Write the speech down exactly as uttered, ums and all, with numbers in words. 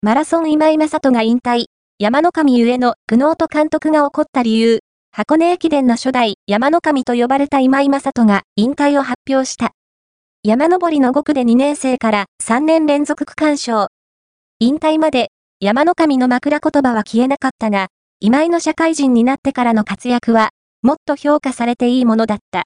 マラソン今井正人が引退。山の神ゆえの苦悩と監督が起こった理由。箱根駅伝の初代山の神と呼ばれた今井正人が引退を発表した。山登りのごくでにねん生からさんねん連続区間賞。引退まで山の神の枕言葉は消えなかったが、今井の社会人になってからの活躍はもっと評価されていいものだった。